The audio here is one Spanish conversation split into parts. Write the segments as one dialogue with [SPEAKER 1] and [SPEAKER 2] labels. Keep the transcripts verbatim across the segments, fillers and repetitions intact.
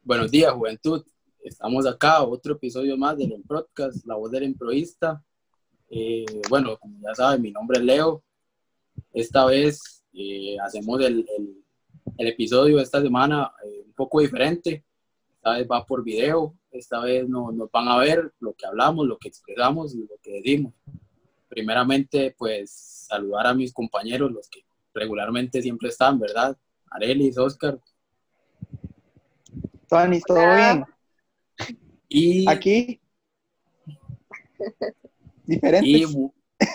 [SPEAKER 1] Buenos días, juventud. Estamos acá, otro episodio más del podcast, La Voz del Improvisista. Eh, bueno, como ya saben, mi nombre es Leo. Esta vez eh, hacemos el, el, el episodio de esta semana eh, un poco diferente. Esta vez va por video. Esta vez no, nos van a ver lo que hablamos, lo que expresamos y lo que decimos. Primeramente, pues saludar a mis compañeros, los que regularmente siempre están, ¿verdad? Arelis, Oscar.
[SPEAKER 2] Tony, ¿todo bien?
[SPEAKER 1] Y,
[SPEAKER 2] Aquí,
[SPEAKER 1] y
[SPEAKER 2] diferentes.
[SPEAKER 1] mu-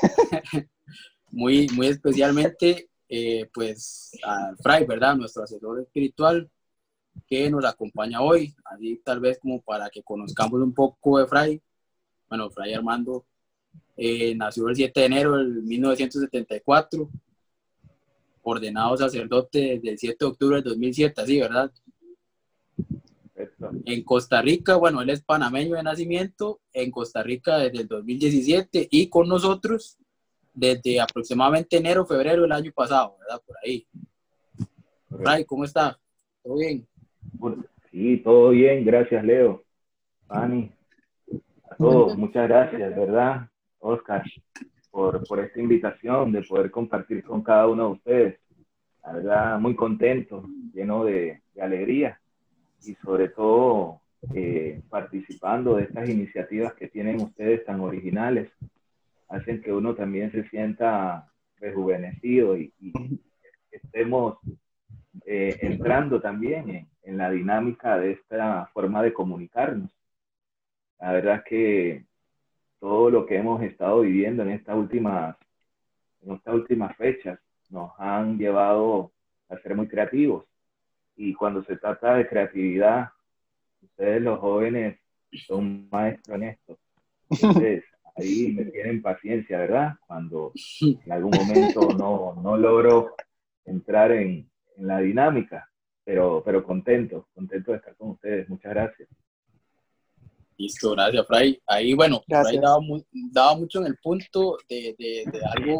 [SPEAKER 1] muy, muy especialmente, eh, pues, a Fray, ¿verdad? Nuestro asesor espiritual que nos acompaña hoy, así tal vez como para que conozcamos un poco de Fray. Bueno, Fray Armando eh, nació el siete de enero de mil novecientos setenta y cuatro, ordenado sacerdote desde el siete de octubre del dos mil siete, así, ¿verdad?
[SPEAKER 3] Perfecto.
[SPEAKER 1] En Costa Rica, bueno, él es panameño de nacimiento, en Costa Rica desde el dos mil diecisiete y con nosotros desde aproximadamente enero, febrero del año pasado, ¿verdad? Por ahí. Fray, ¿cómo está? ¿Todo bien?
[SPEAKER 3] Sí, todo bien, gracias Leo. Fanny, a todos, muchas gracias, ¿verdad? Oscar, por, por esta invitación de poder compartir con cada uno de ustedes. La verdad, muy contento, lleno de, de alegría y sobre todo eh, participando de estas iniciativas que tienen ustedes tan originales. Hacen que uno también se sienta rejuvenecido y, y estemos eh, entrando también en, en la dinámica de esta forma de comunicarnos. La verdad es que todo lo que hemos estado viviendo en estas últimas, en estas últimas fechas nos han llevado a ser muy creativos. Y cuando se trata de creatividad, ustedes los jóvenes son maestros en esto. Entonces, ahí me tienen paciencia, ¿verdad? Cuando en algún momento no, no logro entrar en, en la dinámica, pero, pero contento, contento de estar con ustedes. Muchas gracias.
[SPEAKER 1] Listo, gracias, Fray. Ahí, bueno, Fray
[SPEAKER 2] Gracias.
[SPEAKER 1] daba, mu- daba mucho en el punto de, de, de algo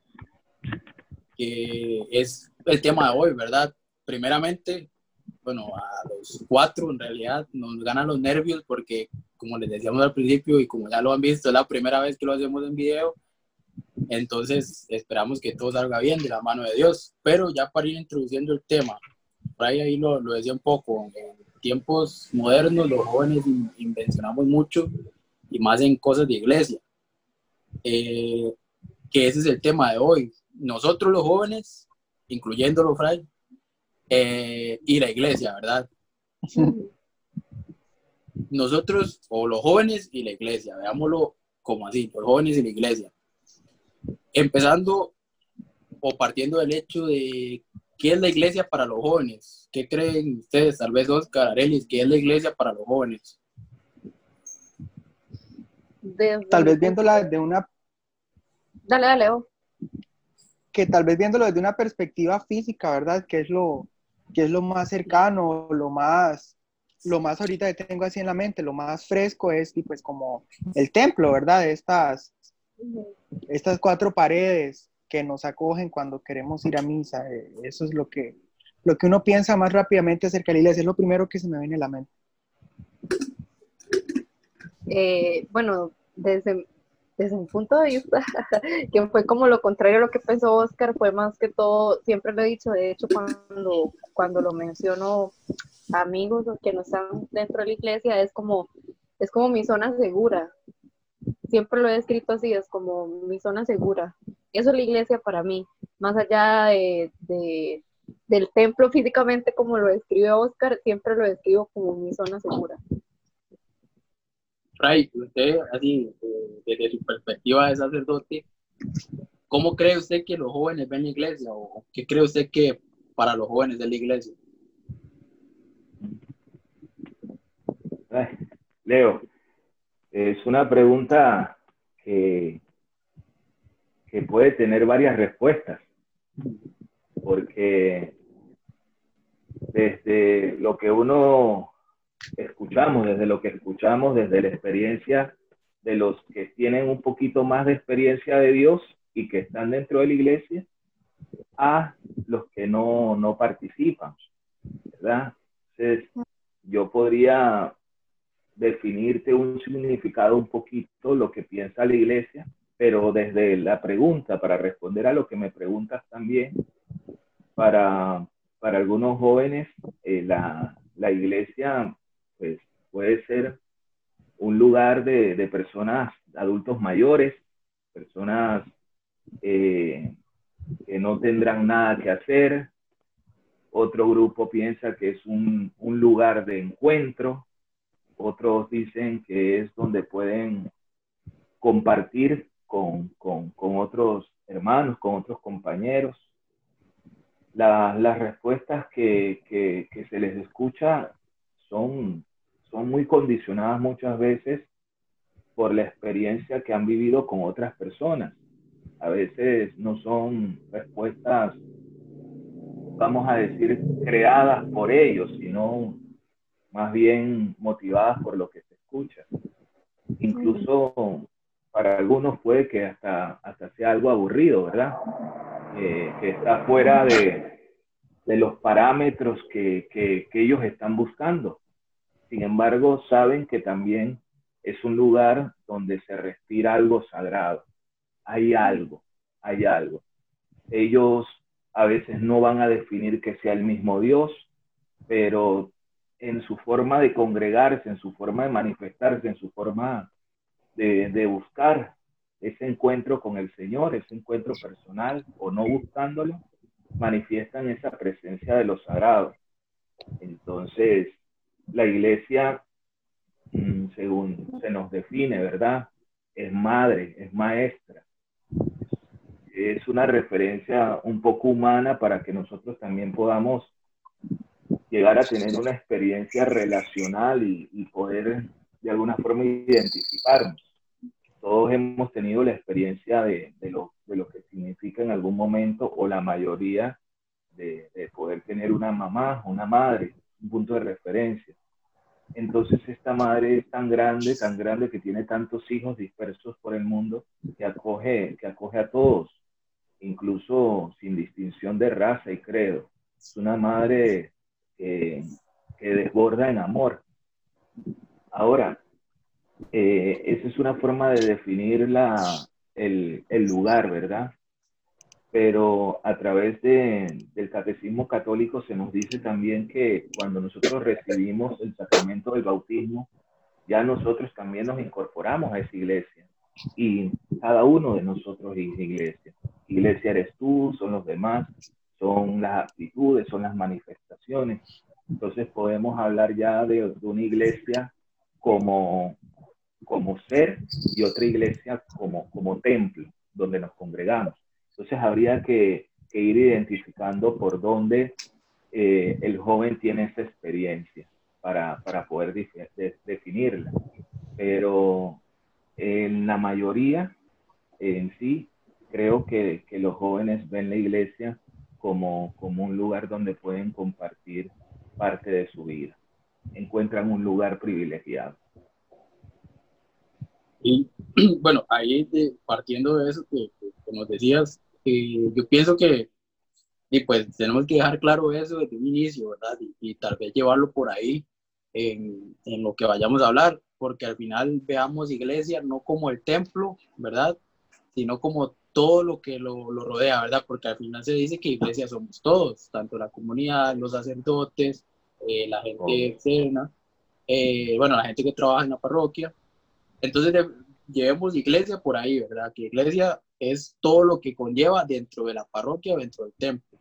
[SPEAKER 1] que es el tema de hoy, ¿verdad? Primeramente, bueno, a los cuatro en realidad nos ganan los nervios porque, como les decíamos al principio y como ya lo han visto, es la primera vez que lo hacemos en video. Entonces, esperamos que todo salga bien de la mano de Dios. Pero ya para ir introduciendo el tema, por ahí, ahí lo, lo decía un poco, en tiempos modernos los jóvenes in, invencionamos mucho y más en cosas de iglesia, eh, que ese es el tema de hoy. Nosotros los jóvenes, incluyéndolo, Fray, eh, y la iglesia, ¿verdad? Nosotros, o los jóvenes y la iglesia, veámoslo como así, los jóvenes y la iglesia. Empezando o partiendo del hecho de qué es la iglesia para los jóvenes. ¿Qué creen ustedes, tal vez Oscar, Arelis, qué es la iglesia para los jóvenes?
[SPEAKER 4] Desde
[SPEAKER 2] Tal
[SPEAKER 4] mi
[SPEAKER 2] vez
[SPEAKER 4] punto
[SPEAKER 2] viéndola
[SPEAKER 4] de-
[SPEAKER 2] desde una,
[SPEAKER 4] Dale, dale, Leo.
[SPEAKER 2] que tal vez viéndolo desde una perspectiva física, ¿verdad? Que es lo, que es lo más cercano, lo más, lo más ahorita que tengo así en la mente, lo más fresco es, y pues como el templo, ¿verdad? Estas, estas cuatro paredes que nos acogen cuando queremos ir a misa. eh, Eso es lo que, lo que uno piensa más rápidamente acerca de la iglesia, es lo primero que se me viene a la mente.
[SPEAKER 4] Eh, bueno, desde, desde un punto de vista que fue como lo contrario a lo que pensó Oscar, fue más que todo, siempre lo he dicho, de hecho cuando, cuando lo menciono a amigos que no están dentro de la iglesia, es como, es como mi zona segura. Siempre lo he escrito así, es como mi zona segura. Eso es la iglesia para mí, más allá de, de del templo físicamente como lo describe Oscar, siempre lo describo como mi zona segura.
[SPEAKER 1] Fray, usted, así, eh, desde su perspectiva de sacerdote, ¿cómo cree usted que los jóvenes ven la iglesia? ¿O qué cree usted que para los jóvenes es la iglesia?
[SPEAKER 3] Ay, Leo, es una pregunta que, que puede tener varias respuestas, porque desde lo que uno escuchamos, desde lo que escuchamos, desde la experiencia de los que tienen un poquito más de experiencia de Dios y que están dentro de la iglesia, a los que no, no participan, ¿verdad? Entonces, yo podría definirte un significado un poquito lo que piensa la iglesia, pero desde la pregunta, para responder a lo que me preguntas también, para, para algunos jóvenes, eh, la, la iglesia pues, puede ser un lugar de, de personas, adultos mayores, personas eh, que no tendrán nada que hacer. Otro grupo piensa que es un, un lugar de encuentro. Otros dicen que es donde pueden compartir con, con, con otros hermanos, con otros compañeros. La, las respuestas que, que, que se les escucha son, son muy condicionadas muchas veces por la experiencia que han vivido con otras personas. A veces no son respuestas, vamos a decir, creadas por ellos, sino más bien motivadas por lo que se escucha. Incluso para algunos puede que hasta, hasta sea algo aburrido, ¿verdad? Eh, que está fuera de, de los parámetros que, que, que ellos están buscando. Sin embargo, saben que también es un lugar donde se respira algo sagrado. Hay algo, hay algo. Ellos a veces no van a definir que sea el mismo Dios, pero en su forma de congregarse, en su forma de manifestarse, en su forma de, de buscar ese encuentro con el Señor, ese encuentro personal o no buscándolo, manifiestan esa presencia de lo sagrado. Entonces, la iglesia, según se nos define, ¿verdad? Es madre, es maestra. Es una referencia un poco humana para que nosotros también podamos llegar a tener una experiencia relacional y, y poder de alguna forma identificarnos. Todos hemos tenido la experiencia de, de, lo, de lo que significa en algún momento, o la mayoría, de, de poder tener una mamá, una madre, un punto de referencia. Entonces esta madre es tan grande, tan grande que tiene tantos hijos dispersos por el mundo, que acoge, que acoge a todos, incluso sin distinción de raza y credo. Es una madre que, que desborda en amor. Ahora, eh, esa es una forma de definir la, el, el lugar, ¿verdad? Pero a través de, del catecismo católico se nos dice también que cuando nosotros recibimos el sacramento del bautismo, ya nosotros también nos incorporamos a esa iglesia. Y cada uno de nosotros es iglesia. Iglesia eres tú, son los demás, son las actitudes, son las manifestaciones. Entonces podemos hablar ya de, de una iglesia como, como ser y otra iglesia como, como templo, donde nos congregamos. Entonces habría que, que ir identificando por dónde eh, el joven tiene esa experiencia para, para poder de, de, definirla. Pero en la mayoría, en sí, creo que, que los jóvenes ven la iglesia como, como un lugar donde pueden compartir parte de su vida. Encuentran un lugar privilegiado.
[SPEAKER 1] Y bueno, ahí de, partiendo de eso que, que, que nos decías, eh, yo pienso que y pues tenemos que dejar claro eso desde un inicio, ¿verdad? Y, y tal vez llevarlo por ahí en, en lo que vayamos a hablar, porque al final veamos iglesia no como el templo, ¿verdad? Sino como todo lo que lo, lo rodea, ¿verdad? Porque al final se dice que iglesia somos todos, tanto la comunidad, los sacerdotes, eh, la gente oh. externa, eh, bueno, la gente que trabaja en la parroquia. Entonces de, llevemos iglesia por ahí, ¿verdad? Que iglesia es todo lo que conlleva dentro de la parroquia, dentro del templo.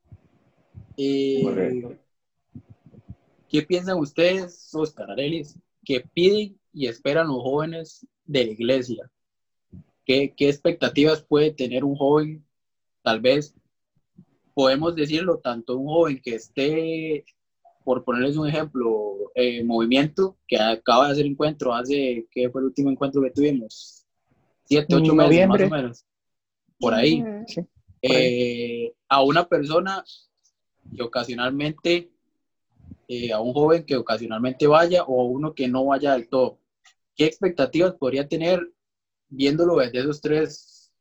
[SPEAKER 1] Eh, ¿Qué piensan ustedes, Oscar, Arelis, que piden y esperan los jóvenes de la iglesia? ¿Qué, qué expectativas puede tener un joven? Tal vez podemos decirlo, tanto un joven que esté, por ponerles un ejemplo, eh, movimiento, que acaba de hacer encuentro, hace, ¿qué fue el último encuentro que tuvimos? Siete, ocho meses,
[SPEAKER 2] Noviembre.
[SPEAKER 1] más o menos. Por ahí.
[SPEAKER 2] Sí, por ahí.
[SPEAKER 1] Eh, a una persona que ocasionalmente, eh, a un joven que ocasionalmente vaya o a uno que no vaya del todo. ¿Qué expectativas podría tener viéndolo desde esos tres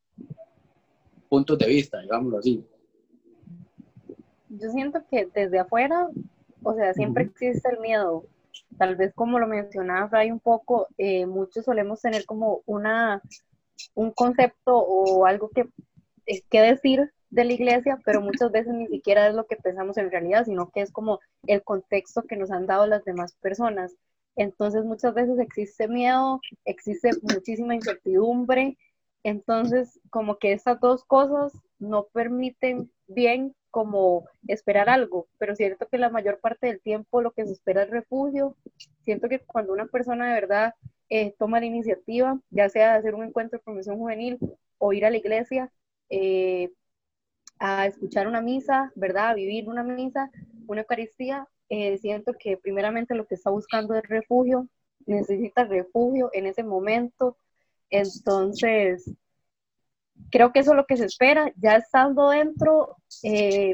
[SPEAKER 1] puntos de vista, digámoslo así?
[SPEAKER 4] Yo siento que desde afuera O sea, siempre
[SPEAKER 1] Ujú.
[SPEAKER 4] existe el miedo. Tal vez como lo mencionaba Fray un poco, eh, muchos solemos tener como una, un concepto o algo que, eh, que decir de la iglesia, pero muchas veces ni siquiera es lo que pensamos en realidad, sino que es como el contexto que nos han dado las demás personas. Entonces muchas veces existe miedo, existe muchísima incertidumbre, entonces como que estas dos cosas no permiten bien como esperar algo, pero cierto que la mayor parte del tiempo lo que se espera es refugio. Siento que cuando una persona de verdad eh, toma la iniciativa, ya sea de hacer un encuentro de promoción juvenil o ir a la iglesia, eh, a escuchar una misa, ¿verdad? A vivir una misa, una Eucaristía, eh, siento que primeramente lo que está buscando es refugio, necesita refugio en ese momento. Entonces, creo que eso es lo que se espera. Ya estando dentro, eh,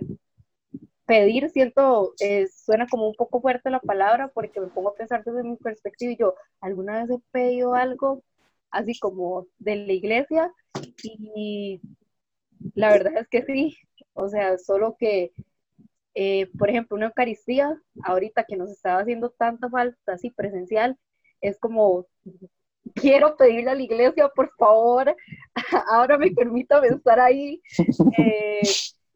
[SPEAKER 4] pedir, siento, eh, suena como un poco fuerte la palabra, porque me pongo a pensar desde mi perspectiva y yo, ¿alguna vez he pedido algo así como de la iglesia? Y la verdad es que sí, o sea, solo que, eh, por ejemplo, una Eucaristía, ahorita que nos estaba haciendo tanta falta así presencial, es como, quiero pedirle a la iglesia, por favor, ahora me permítame estar ahí. Eh,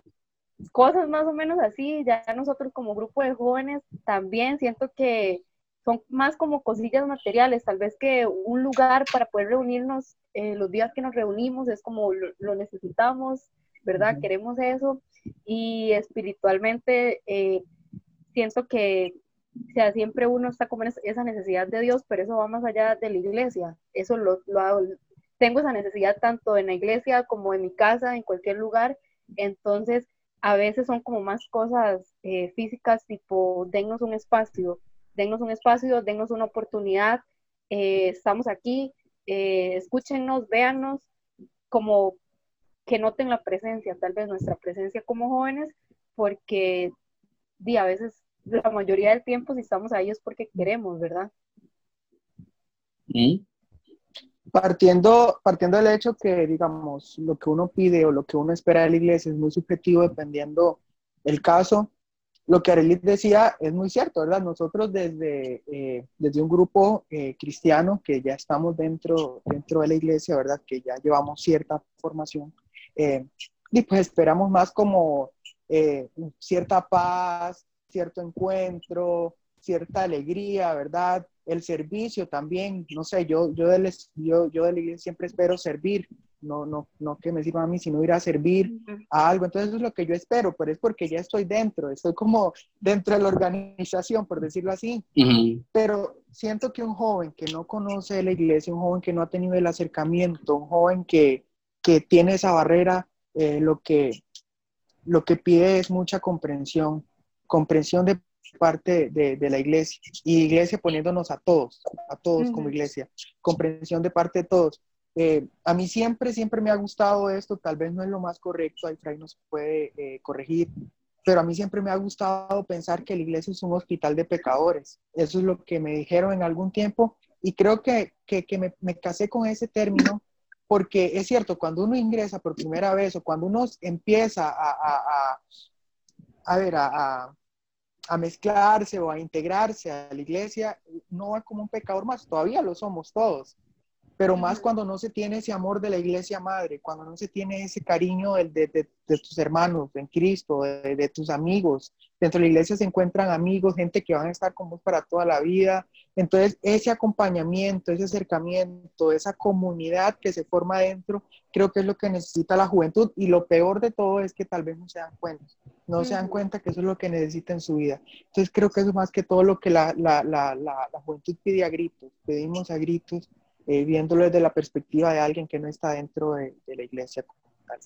[SPEAKER 4] Cosas más o menos así, ya nosotros como grupo de jóvenes también siento que son más como cosillas materiales, tal vez que un lugar para poder reunirnos eh, los días que nos reunimos es como lo, lo necesitamos, ¿verdad?
[SPEAKER 1] Ujú.
[SPEAKER 4] Queremos eso y espiritualmente eh, siento que, o sea, siempre uno está con esa necesidad de Dios, pero eso va más allá de la iglesia, eso lo, lo hago, tengo esa necesidad tanto en la iglesia como en mi casa, en cualquier lugar, entonces a veces son como más cosas eh, físicas, tipo, dennos un espacio, dennos un espacio, dennos una oportunidad, eh, estamos aquí, eh, escúchenos, véannos, como que noten la presencia, tal vez nuestra presencia como jóvenes, porque di, a veces, la mayoría del tiempo, si estamos ahí es porque queremos, ¿verdad?
[SPEAKER 1] ¿Mm?
[SPEAKER 2] Partiendo, partiendo del hecho que, digamos, lo que uno pide o lo que uno espera de la iglesia es muy subjetivo dependiendo el caso, lo que Arelis decía es muy cierto, ¿verdad? Nosotros desde, eh, desde un grupo eh, cristiano que ya estamos dentro, dentro de la iglesia, ¿verdad? Que ya llevamos cierta formación, eh, y pues esperamos más como eh, cierta paz, cierto encuentro, cierta alegría, ¿verdad? El servicio también, no sé, yo, yo, de, les, yo, yo de la iglesia siempre espero servir, no, no, no que me sirvan a mí, sino ir a servir
[SPEAKER 4] Ujú.
[SPEAKER 2] a algo. Entonces eso es lo que yo espero, pero es porque ya estoy dentro, estoy como dentro de la organización, por decirlo así.
[SPEAKER 1] Ujú.
[SPEAKER 2] Pero siento que un joven que no conoce la iglesia, un joven que no ha tenido el acercamiento, un joven que, que tiene esa barrera, eh, lo, que, lo que pide es mucha comprensión, comprensión de parte de, de la iglesia, y iglesia poniéndonos a todos, a todos como
[SPEAKER 4] Ujú.
[SPEAKER 2] iglesia, comprensión de parte de todos. Eh, a mí siempre, siempre me ha gustado esto, tal vez no es lo más correcto, ahí Fray nos puede eh, corregir, pero a mí siempre me ha gustado pensar que la iglesia es un hospital de pecadores. Eso es lo que me dijeron en algún tiempo y creo que, que, que me, me casé con ese término porque es cierto, cuando uno ingresa por primera vez o cuando uno empieza a, a, a, a ver, a, a, a mezclarse o a integrarse a la iglesia, no va como un pecador más, todavía lo somos todos, pero más
[SPEAKER 4] Ujú.
[SPEAKER 2] cuando no se tiene ese amor de la iglesia madre, cuando no se tiene ese cariño de, de, de, de tus hermanos en Cristo, de, de, tus amigos. Dentro de la iglesia se encuentran amigos, gente que van a estar con vos para toda la vida. Entonces, ese acompañamiento, ese acercamiento, esa comunidad que se forma adentro, creo que es lo que necesita la juventud. Y lo peor de todo es que tal vez no se dan cuenta, no se dan
[SPEAKER 4] Ujú.
[SPEAKER 2] cuenta que eso es lo que necesita en su vida. Entonces, creo que eso es más que todo lo que la, la, la, la, la juventud pide a gritos, pedimos a gritos, eh, viéndolo desde la perspectiva de alguien que no está dentro de, de la iglesia como tal.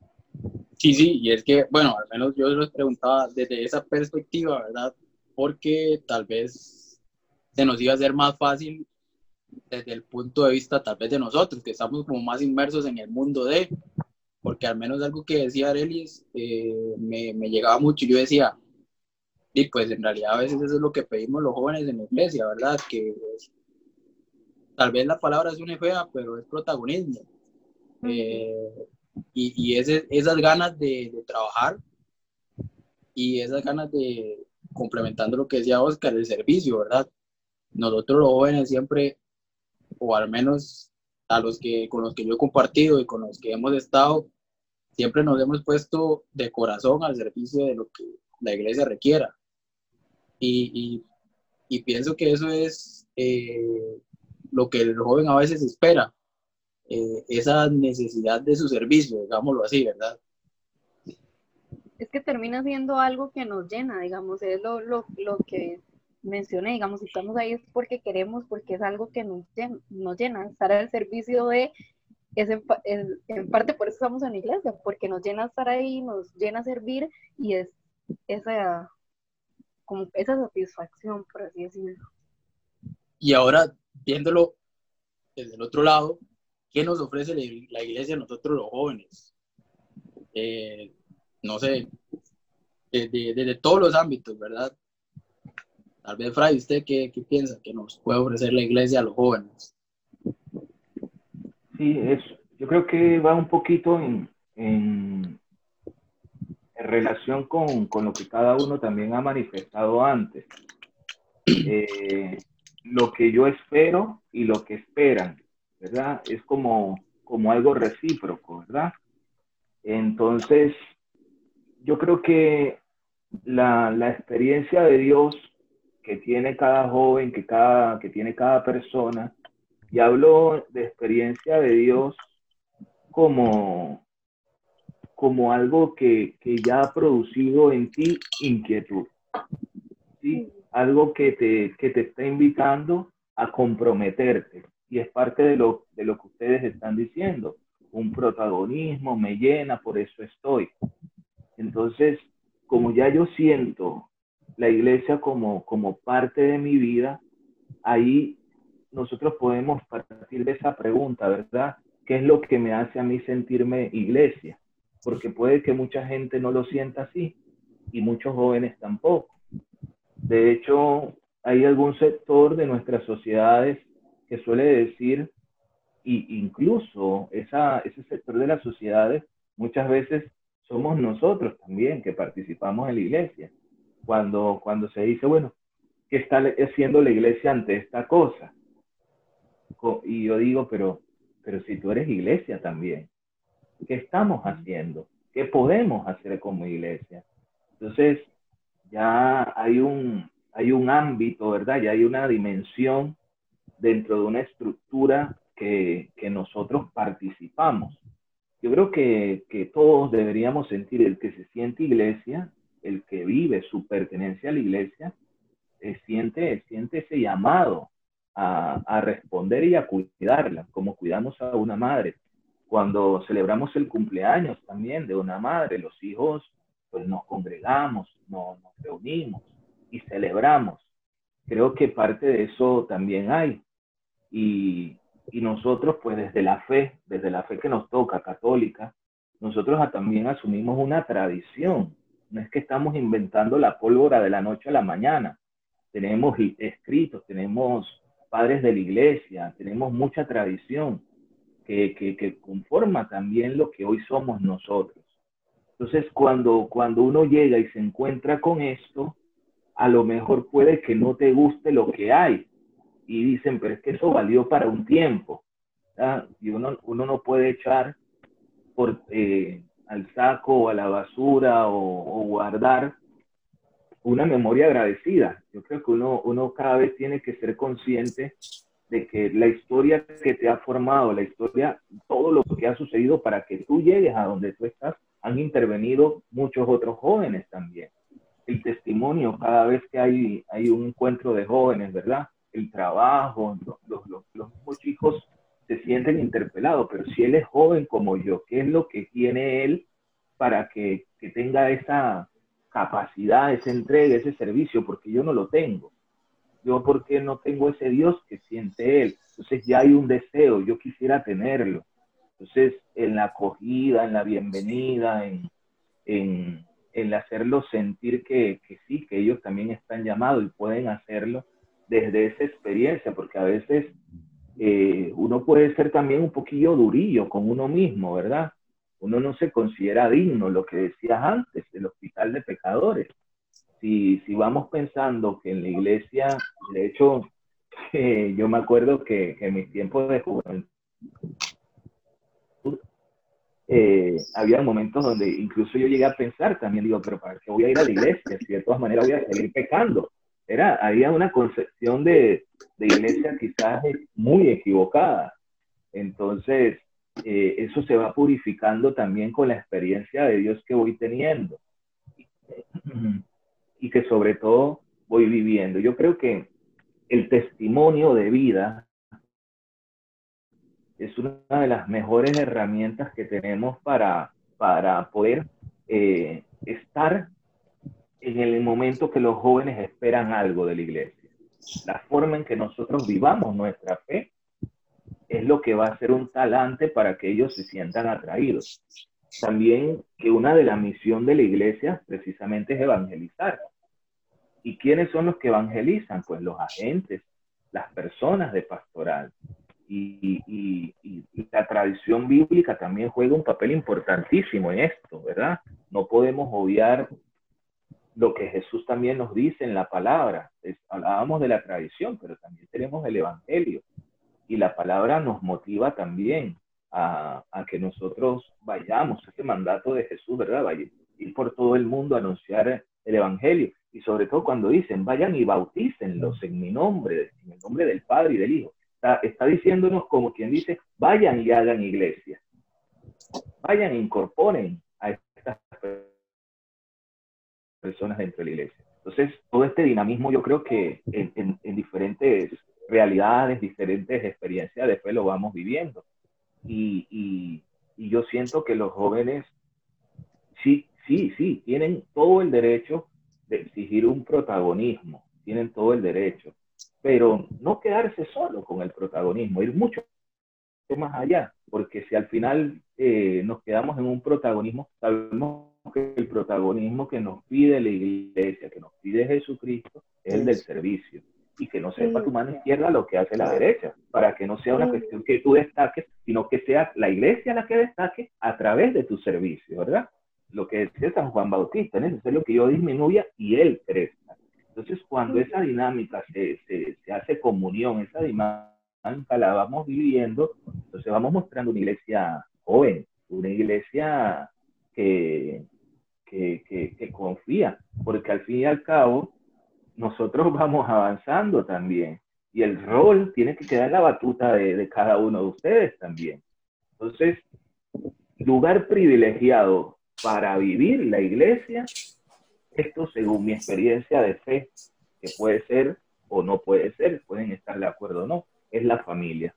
[SPEAKER 1] Sí, sí, y es que, bueno, al menos yo les preguntaba desde esa perspectiva, ¿verdad? Porque tal vez se nos iba a hacer más fácil desde el punto de vista tal vez de nosotros, que estamos como más inmersos en el mundo de, porque al menos algo que decía Arelis eh, me, me llegaba mucho y yo decía, y pues en realidad a veces eso es lo que pedimos los jóvenes en la iglesia, ¿verdad? Que pues, tal vez la palabra suene fea, pero es protagonismo.
[SPEAKER 4] Ujú.
[SPEAKER 1] Eh, y y ese, esas ganas de, de trabajar y esas ganas de complementando lo que decía Oscar, el servicio, ¿verdad? Nosotros los jóvenes siempre, o al menos a los que, con los que yo he compartido y con los que hemos estado, siempre nos hemos puesto de corazón al servicio de lo que la iglesia requiera. Y, y, y pienso que eso es eh, lo que el joven a veces espera, eh, esa necesidad de su servicio, digámoslo así, ¿verdad?
[SPEAKER 4] Es que termina siendo algo que nos llena, digamos, es lo, lo, lo que mencioné, digamos, si estamos ahí es porque queremos, porque es algo que nos llena, nos llena estar al servicio de, es en, en, en parte por eso estamos en la iglesia, porque nos llena estar ahí, nos llena servir, y es esa, como esa satisfacción, por así decirlo.
[SPEAKER 1] Y ahora, viéndolo desde el otro lado, ¿qué nos ofrece la iglesia a nosotros los jóvenes? Eh, no sé, desde, desde todos los ámbitos, ¿verdad? Tal vez, Fray, ¿usted qué, qué piensa que nos puede ofrecer la iglesia a los jóvenes?
[SPEAKER 3] Sí, es, yo creo que va un poquito en, en, en relación con, con lo que cada uno también ha manifestado antes. Eh, lo que yo espero y lo que esperan, ¿verdad? Es como, como algo recíproco, ¿verdad? Entonces, yo creo que la, la experiencia de Dios que tiene cada joven, que, cada, que tiene cada persona, y hablo de experiencia de Dios como, como algo que, que ya ha producido en ti inquietud, ¿sí? Algo que te, que te está invitando a comprometerte, y es parte de lo, de lo que ustedes están diciendo, un protagonismo, me llena, por eso estoy. Entonces, como ya yo siento la iglesia como, como parte de mi vida, ahí nosotros podemos partir de esa pregunta, ¿verdad? ¿Qué es lo que me hace a mí sentirme iglesia? Porque puede que mucha gente no lo sienta así y muchos jóvenes tampoco. De hecho, hay algún sector de nuestras sociedades que suele decir, y incluso esa, ese sector de las sociedades muchas veces somos nosotros también que participamos en la iglesia. Cuando, cuando se dice, bueno, ¿qué está haciendo la iglesia ante esta cosa? Y yo digo, pero, pero si tú eres iglesia también, ¿qué estamos haciendo? ¿Qué podemos hacer como iglesia? Entonces, ya hay un, hay un ámbito, ¿verdad? Ya hay una dimensión dentro de una estructura que, que nosotros participamos. Yo creo que, que todos deberíamos sentir, el que se siente iglesia, el que vive su pertenencia a la iglesia, eh, siente, siente ese llamado a, a responder y a cuidarla, como cuidamos a una madre. Cuando celebramos el cumpleaños también de una madre, los hijos, pues nos congregamos, nos, nos reunimos y celebramos. Creo que parte de eso también hay. Y, y nosotros, pues desde la fe, desde la fe que nos toca, católica, nosotros también asumimos una tradición. No es que estamos inventando la pólvora de la noche a la mañana. Tenemos escritos, tenemos padres de la iglesia, tenemos mucha tradición que, que, que conforma también lo que hoy somos nosotros. Entonces, cuando, cuando uno llega y se encuentra con esto, a lo mejor puede que no te guste lo que hay. Y dicen, pero es que eso valió para un tiempo, ¿verdad? Y uno, uno no puede echar por, eh, al saco o a la basura o, o guardar una memoria agradecida. Yo creo que uno, uno cada vez tiene que ser consciente de que la historia que te ha formado, la historia, todo lo que ha sucedido para que tú llegues a donde tú estás, han intervenido muchos otros jóvenes también. El testimonio, cada vez que hay, hay un encuentro de jóvenes, ¿verdad? El trabajo, los, los, los, los mismos chicos se sienten interpelados, pero si él es joven como yo, ¿qué es lo que tiene él para que, que tenga esa capacidad, esa entrega, ese servicio? Porque yo no lo tengo. Yo, ¿por qué no tengo ese Dios que siente él? Entonces ya hay un deseo, yo quisiera tenerlo. Entonces, en la acogida, en la bienvenida, en, en, en hacerlos sentir que, que sí, que ellos también están llamados y pueden hacerlo desde esa experiencia, porque a veces eh, uno puede ser también un poquillo durillo con uno mismo, ¿verdad? Uno no se considera digno, lo que decías antes, del hospital de pecadores. si, si vamos pensando que en la iglesia, de hecho, eh, yo me acuerdo que, que en mis tiempos de juventud, eh, había momentos donde incluso yo llegué a pensar también, digo, pero ¿para qué voy a ir a la iglesia? Si de todas maneras voy a seguir pecando. Era, había una concepción de, de iglesia quizás muy equivocada. Entonces, eh, eso se va purificando también con la experiencia de Dios que voy teniendo y que sobre todo voy viviendo. Yo creo que el testimonio de vida es una de las mejores herramientas que tenemos para, para poder eh, estar en el momento que los jóvenes esperan algo de la iglesia. La forma en que nosotros vivamos nuestra fe es lo que va a ser un talante para que ellos se sientan atraídos. También que una de las misiones de la iglesia precisamente es evangelizar. ¿Y quiénes son los que evangelizan? Pues los agentes, las personas de pastoral. Y, y, y, y la tradición bíblica también juega un papel importantísimo en esto, ¿verdad? No podemos obviar lo que Jesús también nos dice en la palabra. Es, hablábamos de la tradición, pero también tenemos el evangelio. Y la palabra nos motiva también a, a que nosotros vayamos, ese mandato de Jesús, ¿verdad? Vaya, ir por todo el mundo a anunciar el evangelio. Y sobre todo cuando dicen, vayan y bautícenlos en mi nombre, en el nombre del Padre y del Hijo. Está, está diciéndonos como quien dice, vayan y hagan iglesia. Vayan e incorporen a estas personas dentro de la iglesia. Entonces, todo este dinamismo yo creo que en, en, en diferentes realidades, diferentes experiencias de fe lo vamos viviendo. Y, y, y yo siento que los jóvenes sí, sí, sí, tienen todo el derecho de exigir un protagonismo, tienen todo el derecho, pero no quedarse solo con el protagonismo, ir mucho más allá, porque si al final eh, nos quedamos en un protagonismo, sabemos que el protagonismo que nos pide la iglesia, que nos pide Jesucristo, es el del servicio. Y que no sepa tu mano izquierda lo que hace la derecha, para que no sea una cuestión que tú destaques, sino que sea la iglesia la que destaque a través de tu servicio, ¿verdad? Lo que decía San Juan Bautista, es necesario que yo disminuya y él crezca. Entonces, cuando esa dinámica se, se, se hace comunión, esa dinámica la vamos viviendo, entonces vamos mostrando una iglesia joven, una iglesia que, que, que, que confía, porque al fin y al cabo, nosotros vamos avanzando también, y el rol tiene que quedar en la batuta de, de cada uno de ustedes también. Entonces, lugar privilegiado para vivir la iglesia, esto según mi experiencia de fe, que puede ser o no puede ser, pueden estar de acuerdo o no, es la familia.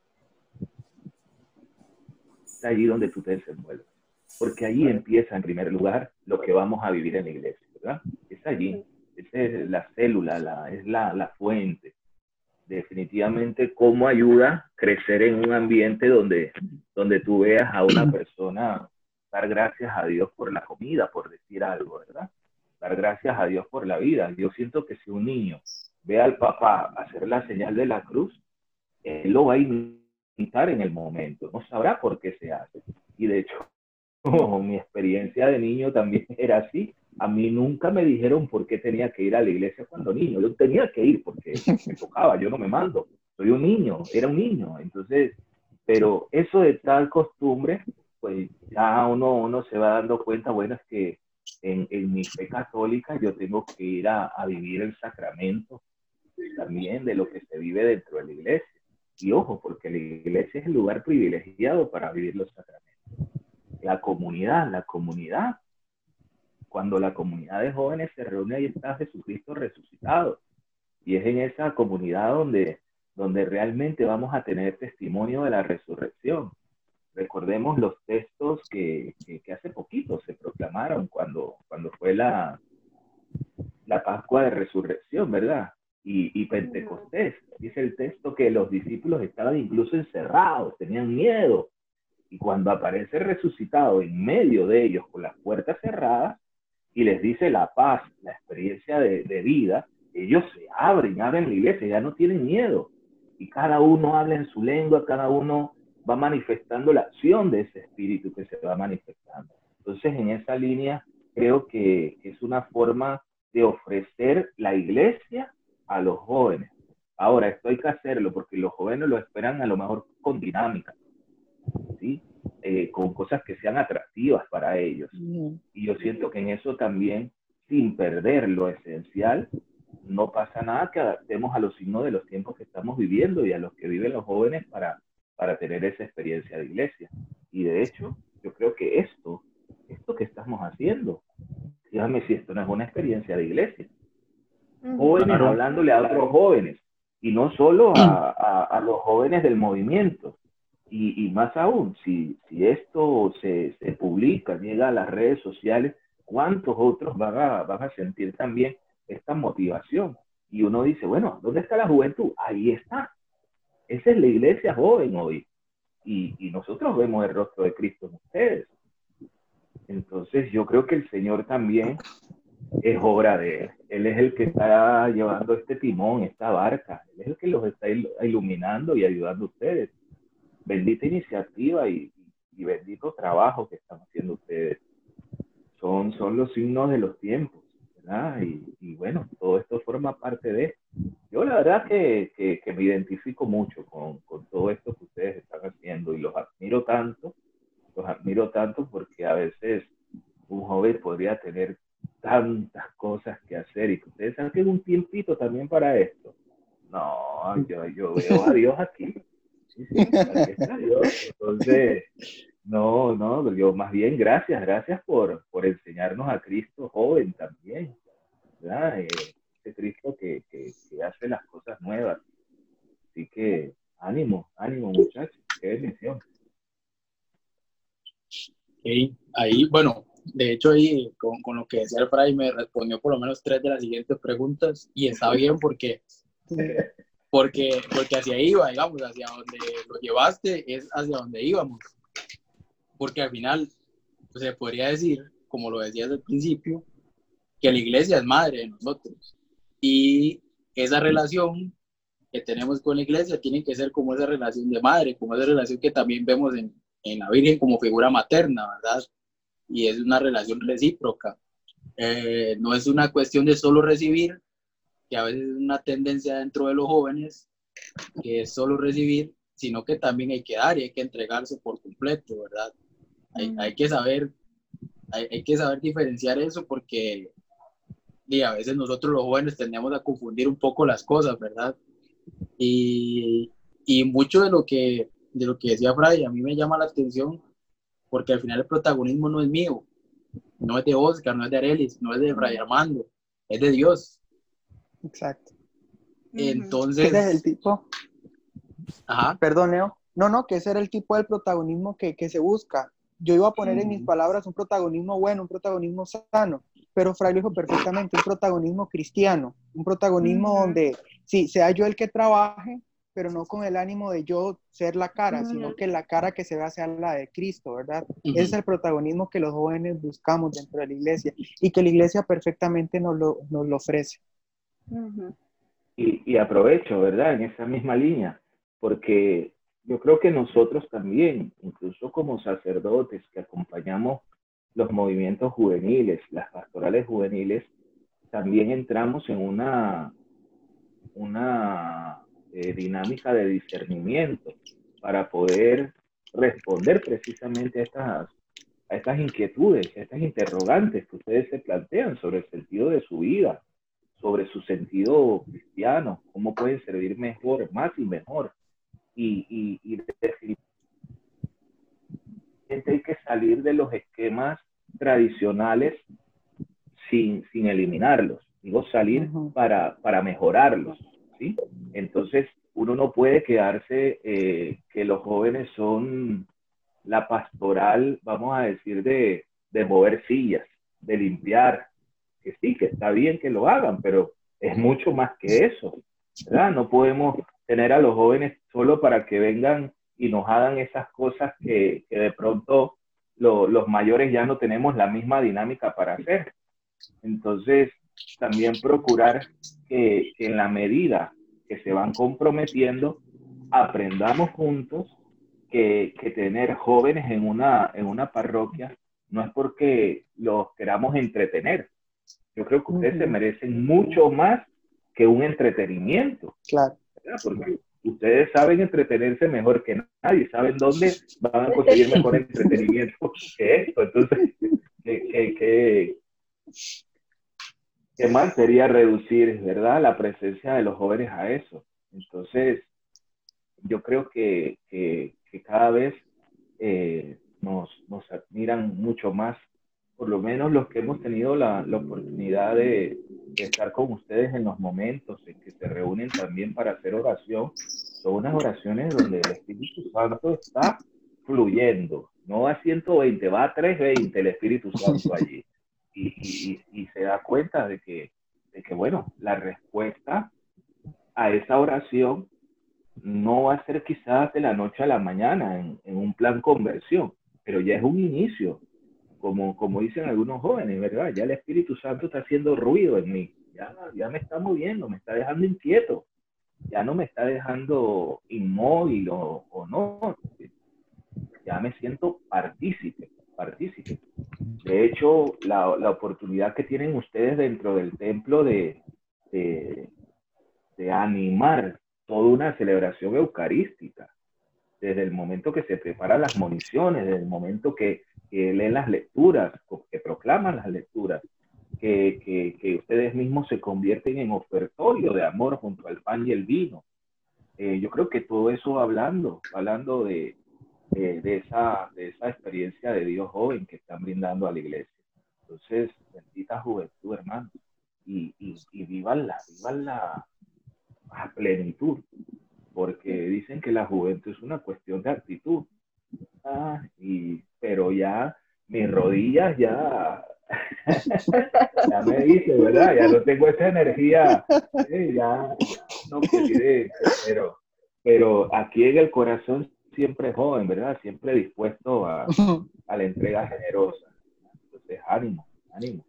[SPEAKER 3] Es allí donde tú te desenvuelves, porque allí empieza en primer lugar lo que vamos a vivir en la iglesia, ¿verdad? Es allí. Esa es la célula, la, es la, la fuente. Definitivamente, cómo ayuda a crecer en un ambiente donde, donde tú veas a una persona dar gracias a Dios por la comida, por decir algo, ¿verdad? Dar gracias a Dios por la vida. Yo siento que si un niño ve al papá hacer la señal de la cruz, él lo va a imitar en el momento, no sabrá por qué se hace. Y de hecho, oh, mi experiencia de niño también era así. A mí nunca me dijeron por qué tenía que ir a la iglesia cuando niño. Yo tenía que ir porque me tocaba, yo no me mando. Soy un niño, era un niño. Entonces, pero eso de tal costumbre, pues ya uno, uno se va dando cuenta, bueno, es que en, en mi fe católica yo tengo que ir a, a vivir el sacramento también de lo que se vive dentro de la iglesia. Y ojo, porque la iglesia es el lugar privilegiado para vivir los sacramentos. La comunidad, la comunidad. Cuando la comunidad de jóvenes se reúne, ahí está Jesucristo resucitado. Y es en esa comunidad donde, donde realmente vamos a tener testimonio de la resurrección. Recordemos los textos que, que, que hace poquito se proclamaron cuando, cuando fue la, la Pascua de Resurrección, ¿verdad? Y, y Pentecostés. Dice el texto que los discípulos estaban incluso encerrados, tenían miedo. Y cuando aparece resucitado en medio de ellos con las puertas cerradas y les dice la paz, la experiencia de, de vida, ellos se abren, abren la iglesia, ya no tienen miedo. Y cada uno habla en su lengua, cada uno va manifestando la acción de ese espíritu que se va manifestando. Entonces, en esa línea, creo que es una forma de ofrecer la iglesia a los jóvenes. Ahora, esto hay que hacerlo porque los jóvenes lo esperan a lo mejor con dinámica, ¿sí? Eh, con cosas que sean atractivas para ellos. Mm. Y yo siento que en eso también, sin perder lo esencial, no pasa nada que adaptemos a los signos de los tiempos que estamos viviendo y a los que viven los jóvenes para, para tener esa experiencia de iglesia. Y de hecho, yo creo que esto, esto que estamos haciendo, dígame si esto no es una experiencia de iglesia. Jóvenes claro. hablándole a otros jóvenes, y no solo a, a, a los jóvenes del movimiento. Y, y más aún, si, si esto se, se publica, llega a las redes sociales, ¿cuántos otros van a, van a sentir también esta motivación? Y uno dice, bueno, ¿dónde está la juventud? Ahí está. Esa es la iglesia joven hoy. Y, y nosotros vemos el rostro de Cristo en ustedes. Entonces yo creo que el Señor también es obra de Él. Él es el que está llevando este timón, esta barca. Él es el que los está iluminando y ayudando a ustedes. Bendita iniciativa y, y bendito trabajo que están haciendo ustedes. Son, son los signos de los tiempos, ¿verdad? Y, y bueno, todo esto forma parte de... Yo la verdad que, que, que me identifico mucho con, con todo esto que ustedes están haciendo y los admiro tanto, los admiro tanto porque a veces un joven podría tener tantas cosas que hacer y que ustedes saquen un tiempito también para esto. No, yo, yo veo a Dios aquí. Sí, sí, aquí está Dios. Entonces, no, no, yo más bien gracias, gracias por, por enseñarnos a Cristo joven también, ¿verdad? Eh, ese Cristo que, que, que hace las cosas nuevas. Así que, ánimo, ánimo muchachos, qué bendición.
[SPEAKER 1] Okay. Ahí, bueno, de hecho ahí con, con lo que decía el Fray me respondió por lo menos tres de las siguientes preguntas y está bien porque... Porque, porque hacia ahí iba, digamos, hacia donde lo llevaste es hacia donde íbamos. Porque al final, pues, se podría decir, como lo decías al principio, que la iglesia es madre de nosotros. Y esa relación que tenemos con la iglesia tiene que ser como esa relación de madre, como esa relación que también vemos en, en la Virgen como figura materna, ¿verdad? Y es una relación recíproca. Eh, no es una cuestión de solo recibir, que a veces es una tendencia dentro de los jóvenes, que es solo recibir, sino que también hay que dar y hay que entregarse por completo, ¿verdad? Hay, mm. hay que saber, hay, hay que saber diferenciar eso porque y a veces nosotros los jóvenes tendemos a confundir un poco las cosas, ¿verdad? Y, y mucho de lo que de lo que decía Fray, a mí me llama la atención porque al final el protagonismo no es mío, no es de Oscar, no es de Arelis, no es de Fray Armando, es de Dios.
[SPEAKER 2] Exacto.
[SPEAKER 1] Entonces...
[SPEAKER 2] Ese es el tipo...
[SPEAKER 1] Ajá.
[SPEAKER 2] Perdón, Leo. No, no, que ese era el tipo de protagonismo que, que se busca. Yo iba a poner en mis palabras un protagonismo bueno, un protagonismo sano, pero Fray lo dijo perfectamente, un protagonismo cristiano, un protagonismo uh-huh. donde, sí, sea yo el que trabaje, pero no con el ánimo de yo ser la cara, uh-huh. sino que la cara que se vea sea la de Cristo, ¿verdad? Uh-huh. Ese es el protagonismo que los jóvenes buscamos dentro de la iglesia y que la iglesia perfectamente nos lo, nos lo ofrece.
[SPEAKER 3] Uh-huh. Y, y aprovecho, ¿verdad? En esa misma línea, porque yo creo que nosotros también, incluso como sacerdotes que acompañamos los movimientos juveniles, las pastorales juveniles, también entramos en una, una eh, dinámica de discernimiento para poder responder precisamente a estas, a estas inquietudes, a estas interrogantes que ustedes se plantean sobre el sentido de su vida, sobre su sentido cristiano, cómo pueden servir mejor, más y mejor. Y, y, y definitivamente hay que salir de los esquemas tradicionales sin, sin eliminarlos. Digo, salir uh-huh. para, para mejorarlos, ¿sí? Entonces, uno no puede quedarse eh, que los jóvenes son la pastoral, vamos a decir, de, de mover sillas, de limpiar, que sí, que está bien que lo hagan, pero es mucho más que eso, ¿verdad? No podemos tener a los jóvenes solo para que vengan y nos hagan esas cosas que, que de pronto lo, los mayores ya no tenemos la misma dinámica para hacer. Entonces, también procurar que, que en la medida que se van comprometiendo, aprendamos juntos que, que tener jóvenes en una, en una parroquia no es porque los queramos entretener, Yo creo que ustedes
[SPEAKER 2] Ujú.
[SPEAKER 3] se merecen mucho más que un entretenimiento,
[SPEAKER 2] Claro.
[SPEAKER 3] ¿verdad? Porque ustedes saben entretenerse mejor que nadie, saben dónde van a conseguir mejor entretenimiento que esto. Entonces, ¿qué, qué, qué, qué mal sería reducir, ¿verdad?, la presencia de los jóvenes a eso? Entonces, yo creo que, que, que cada vez eh, nos, nos admiran mucho más, por lo menos los que hemos tenido la, la oportunidad de, de estar con ustedes en los momentos en que se reúnen también para hacer oración. Son unas oraciones donde el Espíritu Santo está fluyendo, no a ciento veinte, va a trescientos veinte el Espíritu Santo allí. Y, y, y, y se da cuenta de que, de que, bueno, la respuesta a esa oración no va a ser quizás de la noche a la mañana en, en un plan conversión, pero ya es un inicio, como, como dicen algunos jóvenes, ¿verdad? Ya el Espíritu Santo está haciendo ruido en mí, ya, ya me está moviendo, me está dejando inquieto, ya no me está dejando inmóvil o, o no, ya me siento partícipe, partícipe. De hecho, la, la oportunidad que tienen ustedes dentro del templo de, de, de animar toda una celebración eucarística, desde el momento que se preparan las municiones, desde el momento que, que leen las lecturas, que proclaman las lecturas, que, que, que ustedes mismos se convierten en ofertorio de amor junto al pan y el vino. Eh, yo creo que todo eso va hablando, va hablando de, de, de, esa, de esa experiencia de Dios joven que están brindando a la iglesia. Entonces, bendita juventud, hermano, y, y, y vívanla, vívanla a plenitud, porque dicen que la juventud es una cuestión de actitud. Ah, y, pero ya mis rodillas ya, ya me dice, ¿verdad? Ya no tengo esa energía, eh, ya, ya no quiere, pero, pero aquí en el corazón siempre joven, ¿verdad? Siempre dispuesto a, a la entrega generosa. Entonces, ánimo, ánimo.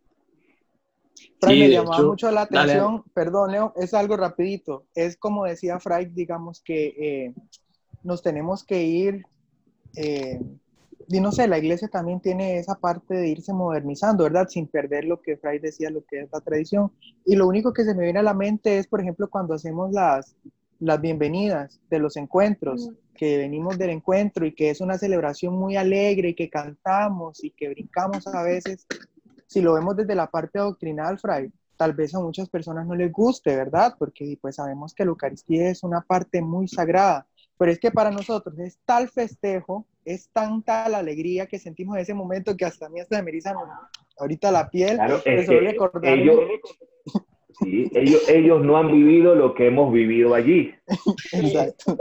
[SPEAKER 2] Fray,
[SPEAKER 1] Sí,
[SPEAKER 2] me
[SPEAKER 1] de
[SPEAKER 2] llamaba
[SPEAKER 1] hecho,
[SPEAKER 2] mucho la
[SPEAKER 1] dale.
[SPEAKER 2] atención, perdón, Leo, es algo rapidito. Es como decía Fray, digamos que eh, nos tenemos que ir, eh, y no sé, la iglesia también tiene esa parte de irse modernizando, ¿verdad? Sin perder lo que Fray decía, lo que es la tradición. Y lo único que se me viene a la mente es, por ejemplo, cuando hacemos las, las bienvenidas de los encuentros, que venimos del encuentro y que es una celebración muy alegre y que cantamos y que brincamos a veces. Si lo vemos desde la parte doctrinal, Fray, tal vez a muchas personas no les guste, ¿verdad? Porque pues sabemos que la Eucaristía es una parte muy sagrada, pero es que para nosotros es tal festejo, es tanta la alegría que sentimos en ese momento que hasta a mí hasta me erizan ahorita la piel,
[SPEAKER 3] Claro,
[SPEAKER 2] de
[SPEAKER 3] es
[SPEAKER 2] solo
[SPEAKER 3] que
[SPEAKER 2] recordarme.
[SPEAKER 3] ellos, sí, ellos, ellos no han vivido lo que hemos vivido allí.
[SPEAKER 2] Exacto.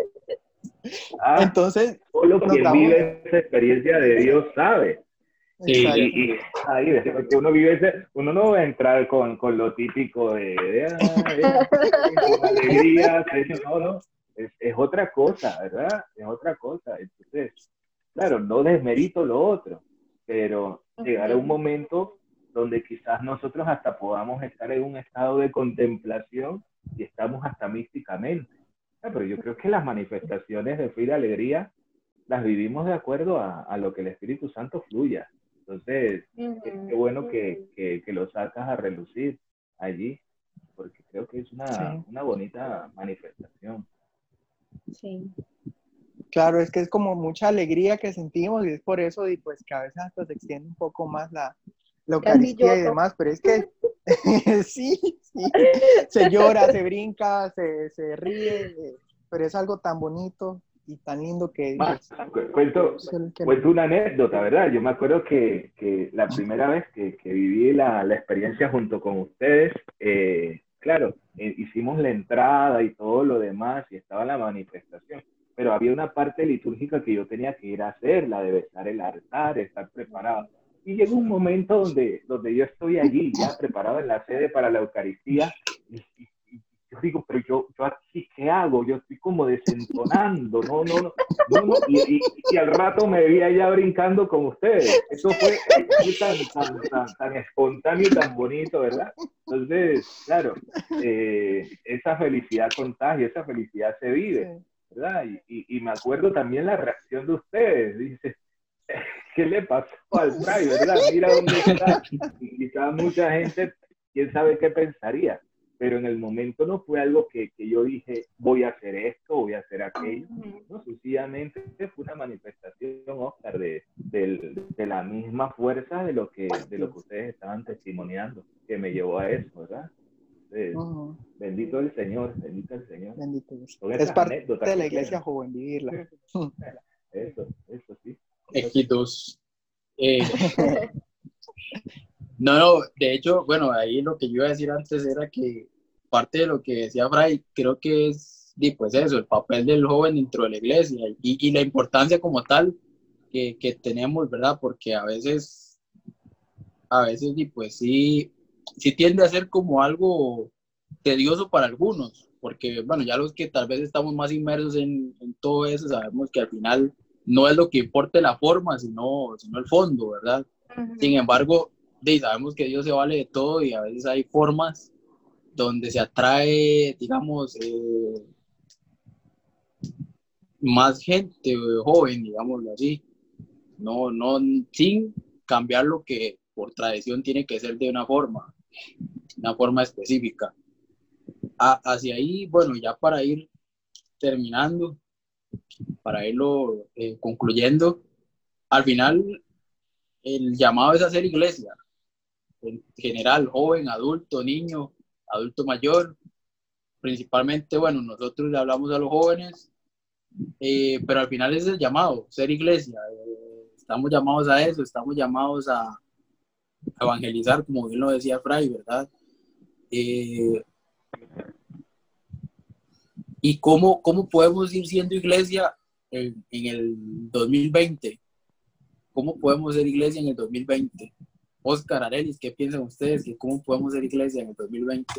[SPEAKER 3] Ah,
[SPEAKER 2] Entonces,
[SPEAKER 3] solo
[SPEAKER 2] nos
[SPEAKER 3] quien
[SPEAKER 2] damos...
[SPEAKER 3] vive esa experiencia de Dios sabe.
[SPEAKER 1] Sí,
[SPEAKER 3] Y,
[SPEAKER 2] Exacto.
[SPEAKER 3] y, y ahí, desde que uno vive ese, uno no va a entrar con, con lo típico de, de, ah, de con alegría, no, no, es, es otra cosa, ¿verdad? Es otra cosa. Entonces, claro, no desmerito lo otro, pero llegará un momento donde quizás nosotros hasta podamos estar en un estado de contemplación y estamos hasta místicamente. Ah, pero yo creo que las manifestaciones de fe y de alegría las vivimos de acuerdo a, a lo que el Espíritu Santo fluya. Entonces, qué, qué bueno que, que, que lo sacas a relucir allí, porque creo que es una,
[SPEAKER 2] Sí.
[SPEAKER 3] una bonita manifestación.
[SPEAKER 4] Sí.
[SPEAKER 2] Claro, es que es como mucha alegría que sentimos y es por eso y pues que a veces hasta se extiende un poco más la, la
[SPEAKER 4] Casi
[SPEAKER 2] Eucaristía y
[SPEAKER 4] lloro.
[SPEAKER 2] demás, pero es que sí, sí, se llora, se brinca, se, se ríe, eh, pero es algo tan bonito y tan lindo que
[SPEAKER 3] Más,
[SPEAKER 2] pues
[SPEAKER 3] cuento,
[SPEAKER 2] solo el que lo
[SPEAKER 3] cuento
[SPEAKER 2] vive.
[SPEAKER 3] una anécdota, ¿verdad? Yo me acuerdo que, que la primera vez que, que viví la, la experiencia junto con ustedes, eh, claro, eh, hicimos la entrada y todo lo demás y estaba la manifestación, pero había una parte litúrgica que yo tenía que ir a hacer, la de besar el altar, estar preparado. Y llegó un momento donde, donde yo estoy allí, ya preparado en la sede para la Eucaristía, y, y, y yo digo, pero yo, yo aquí, ¿qué hago? Yo estoy como desentonando, no, no, no. No, no, y, y, y al rato me vi allá brincando con ustedes. Eso fue, eso fue tan, tan, tan, tan espontáneo y tan bonito, ¿verdad? Entonces, claro, eh, esa felicidad contagia, esa felicidad se vive,
[SPEAKER 2] Sí.
[SPEAKER 3] ¿verdad? Y, y, y me acuerdo también la reacción de ustedes. Dice, ¿qué le pasó al Fray, verdad? Mira dónde está. Y quizás mucha gente quién sabe qué pensaría, pero en el momento no fue algo que, que yo dije, voy a hacer esto, voy a hacer aquello, no, sencillamente fue una manifestación, Oscar, de, de, de la misma fuerza de lo, que, de lo que ustedes estaban testimoniando, que me llevó a eso, ¿verdad? Entonces, uh-huh. Bendito el Señor, bendito el Señor.
[SPEAKER 2] Bendito Dios.
[SPEAKER 3] Son
[SPEAKER 2] es parte
[SPEAKER 3] anécdotas
[SPEAKER 2] de la iglesia joven, vivirla.
[SPEAKER 3] Eso, eso sí.
[SPEAKER 1] Equitos. Eh, no, no, de hecho, bueno, ahí lo que yo iba a decir antes era que parte de lo que decía Fray, creo que es, pues eso, el papel del joven dentro de la iglesia y, y la importancia como tal que, que tenemos, ¿verdad? Porque a veces, a veces, pues sí, sí tiende a ser como algo tedioso para algunos, porque, bueno, ya los que tal vez estamos más inmersos en, en todo eso, sabemos que al final no es lo que importa la forma, sino, sino el fondo, ¿verdad? Uh-huh. Sin embargo, de, sabemos que Dios se vale de todo y a veces hay formas donde se atrae, digamos, eh, más gente joven, digámoslo así, no, no, sin cambiar lo que por tradición tiene que ser de una forma, una forma específica. A, hacia ahí, bueno, ya para ir terminando, para irlo eh, concluyendo, al final el llamado es hacer iglesia, en general, joven, adulto, niño, adulto mayor, principalmente, bueno, nosotros le hablamos a los jóvenes, eh, pero al final es el llamado, ser iglesia, eh, estamos llamados a eso, estamos llamados a, a evangelizar, como bien lo decía Fray, ¿verdad? Eh, ¿Y cómo, cómo podemos ir siendo iglesia en, en el dos mil veinte? ¿Cómo podemos ser iglesia en el dos mil veinte? Oscar, Arelis, ¿qué piensan ustedes? ¿Cómo podemos ser iglesia en el dos mil veinte?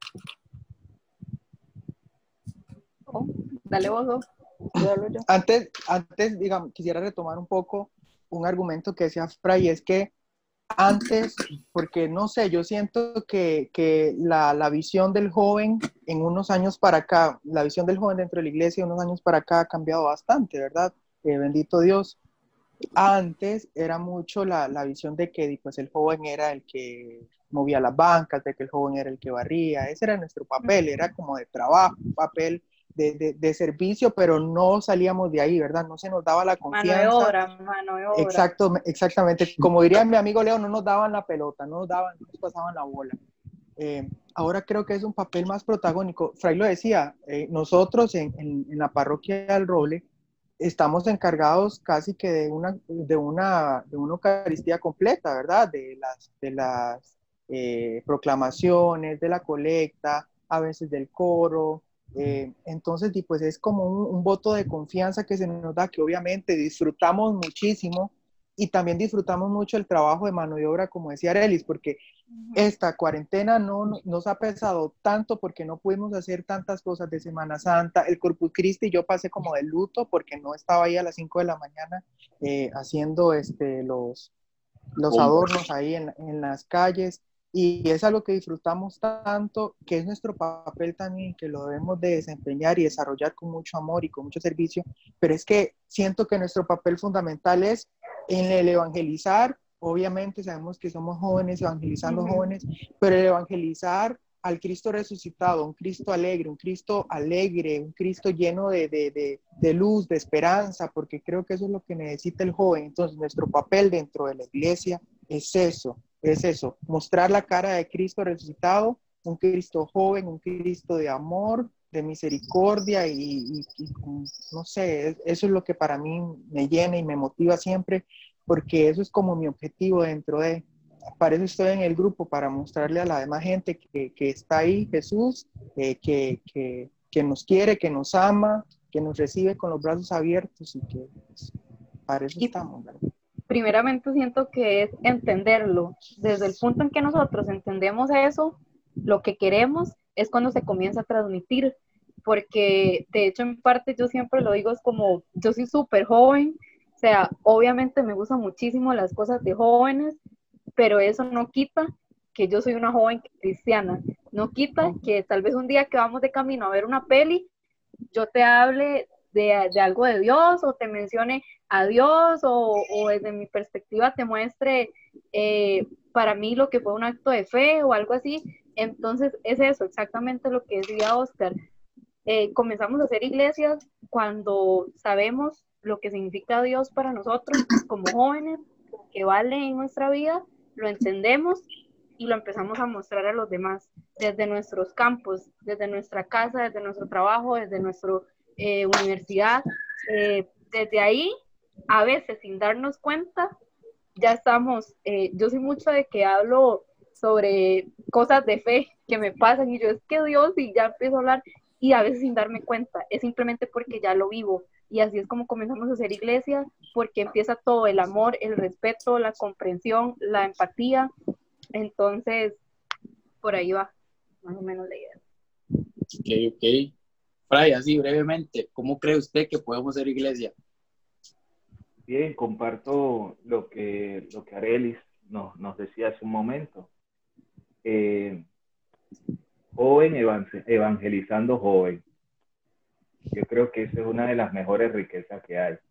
[SPEAKER 4] Oh, dale vos, yo.
[SPEAKER 2] Antes, antes, digamos, quisiera retomar un poco un argumento que decía Fray, es que antes, porque no sé, yo siento que, que la, la visión del joven en unos años para acá, la visión del joven dentro de la iglesia unos años para acá ha cambiado bastante, ¿verdad? Eh, bendito Dios. Antes era mucho la, la visión de que pues, el joven era el que movía las bancas, de que el joven era el que barría, ese era nuestro papel, era como de trabajo, un papel de, de, de servicio, pero no salíamos de ahí, ¿verdad? No se nos daba la confianza.
[SPEAKER 4] Mano de obra, mano de obra.
[SPEAKER 2] Exacto, exactamente. Como diría mi amigo Leo, no nos daban la pelota, no nos daban, no nos pasaban la bola. Eh, ahora creo que es un papel más protagónico. Fray lo decía, eh, nosotros en, en, en la parroquia del Roble estamos encargados casi que de una, de una, de una Eucaristía completa, ¿verdad? De las, de las eh, proclamaciones, de la colecta, a veces del coro. Eh, entonces, pues es como un, un voto de confianza que se nos da, que obviamente disfrutamos muchísimo y también disfrutamos mucho el trabajo de mano de obra, como decía Arelis, porque esta cuarentena no nos ha pesado tanto porque no pudimos hacer tantas cosas de Semana Santa. El Corpus Christi yo pasé como de luto porque no estaba ahí a las cinco de la mañana eh, haciendo este, los, los adornos ahí en, en las calles. Y es algo que disfrutamos tanto, que es nuestro papel también, que lo debemos de desempeñar y desarrollar con mucho amor y con mucho servicio. Pero es que siento que nuestro papel fundamental es en el evangelizar. Obviamente sabemos que somos jóvenes, evangelizando uh-huh. jóvenes, pero el evangelizar al Cristo resucitado, un Cristo alegre, un Cristo alegre, un Cristo lleno de, de, de, de luz, de esperanza, porque creo que eso es lo que necesita el joven. Entonces nuestro papel dentro de la iglesia es eso, es eso, mostrar la cara de Cristo resucitado, un Cristo joven, un Cristo de amor, de misericordia y, y, y no sé, eso es lo que para mí me llena y me motiva siempre, porque eso es como mi objetivo dentro de, para eso estoy en el grupo, para mostrarle a la demás gente que, que está ahí Jesús, eh, que, que, que nos quiere, que nos ama, que nos recibe con los brazos abiertos y que pues, para eso estamos, ¿verdad?
[SPEAKER 4] Primeramente siento que es entenderlo, desde el punto en que nosotros entendemos eso, lo que queremos es cuando se comienza a transmitir, porque de hecho en parte yo siempre lo digo, es como, yo soy súper joven, o sea, obviamente me gustan muchísimo las cosas de jóvenes, pero eso no quita que yo soy una joven cristiana, no quita que tal vez un día que vamos de camino a ver una peli, yo te hable de, de algo de Dios o te mencione a Dios o, o desde mi perspectiva te muestre eh, para mí lo que fue un acto de fe o algo así. Entonces es eso, exactamente lo que decía Oscar. Eh, comenzamos a hacer iglesias cuando sabemos lo que significa Dios para nosotros como jóvenes, lo que vale en nuestra vida, lo entendemos y lo empezamos a mostrar a los demás, desde nuestros campos, desde nuestra casa, desde nuestro trabajo, desde nuestra eh, universidad. Eh, desde ahí, a veces sin darnos cuenta, ya estamos, eh, yo soy mucho de que hablo sobre cosas de fe que me pasan y yo es que Dios y ya empiezo a hablar y a veces sin darme cuenta, es simplemente porque ya lo vivo y así es como comenzamos a hacer iglesia, porque empieza todo, el amor, el respeto, la comprensión, la empatía, entonces por ahí va más o menos la idea.
[SPEAKER 1] Ok, ok. Fray, así brevemente, ¿cómo cree usted que podemos ser iglesia?
[SPEAKER 3] Bien, comparto lo que, lo que Arelis nos, nos decía hace un momento. Eh, joven evangelizando joven. Yo creo que esa es una de las mejores riquezas que hay.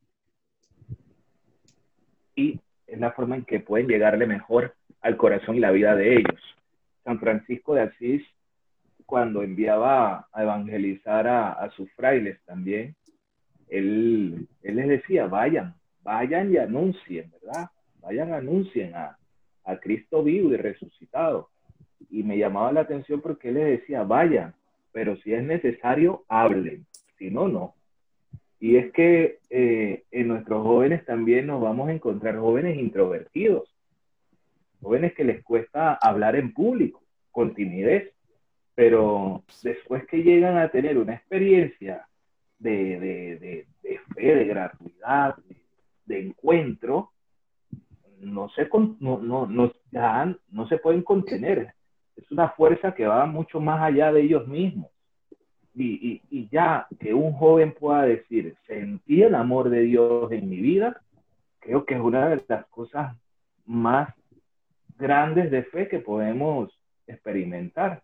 [SPEAKER 3] Y es la forma en que pueden llegarle mejor al corazón y la vida de ellos. San Francisco de Asís, cuando enviaba a evangelizar a, a sus frailes también, él, él les decía, vayan, vayan y anuncien, ¿verdad? Vayan, anuncien a, a Cristo vivo y resucitado. Y me llamaba la atención porque él les decía, vayan, pero si es necesario, hablen, si no, no. Y es que eh, en nuestros jóvenes también nos vamos a encontrar jóvenes introvertidos, jóvenes que les cuesta hablar en público, con timidez, pero después que llegan a tener una experiencia de, de, de, de fe, de gratuidad, de, de encuentro, no se, no, no, no, ya no se pueden contener. Es una fuerza que va mucho más allá de ellos mismos. Y, y, y ya que un joven pueda decir, sentí el amor de Dios en mi vida, creo que es una de las cosas más grandes de fe que podemos experimentar.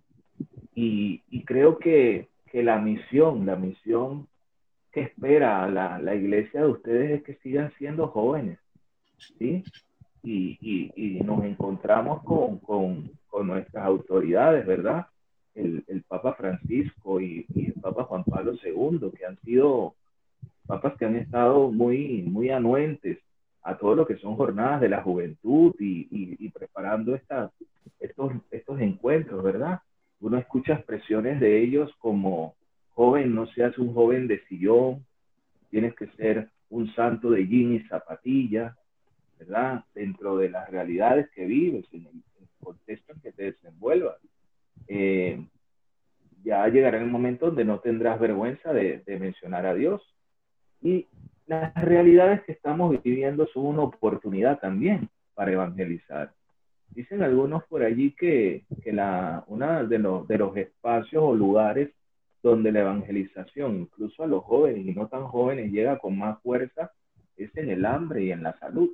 [SPEAKER 3] Y, y creo que, que la misión, la misión que espera la, la iglesia de ustedes es que sigan siendo jóvenes, ¿sí? Y, y, y nos encontramos con, con, con nuestras autoridades, ¿verdad? El, el Papa Francisco y, y el Papa Juan Pablo segundo, que han sido papas que han estado muy, muy anuentes a todo lo que son jornadas de la juventud y, y, y preparando esta, estos, estos encuentros, ¿verdad? Uno escucha expresiones de ellos como, joven, no seas un joven de sillón, tienes que ser un santo de jean y zapatilla, ¿verdad? Dentro de las realidades que vives, en el, en el contexto en que te desenvuelvas. Eh, ya llegará el momento donde no tendrás vergüenza de, de mencionar a Dios. Y las realidades que estamos viviendo son una oportunidad también para evangelizar. Dicen algunos por allí que, que la, una de los, de los espacios o lugares donde la evangelización, incluso a los jóvenes y no tan jóvenes, llega con más fuerza, es en el hambre y en la salud.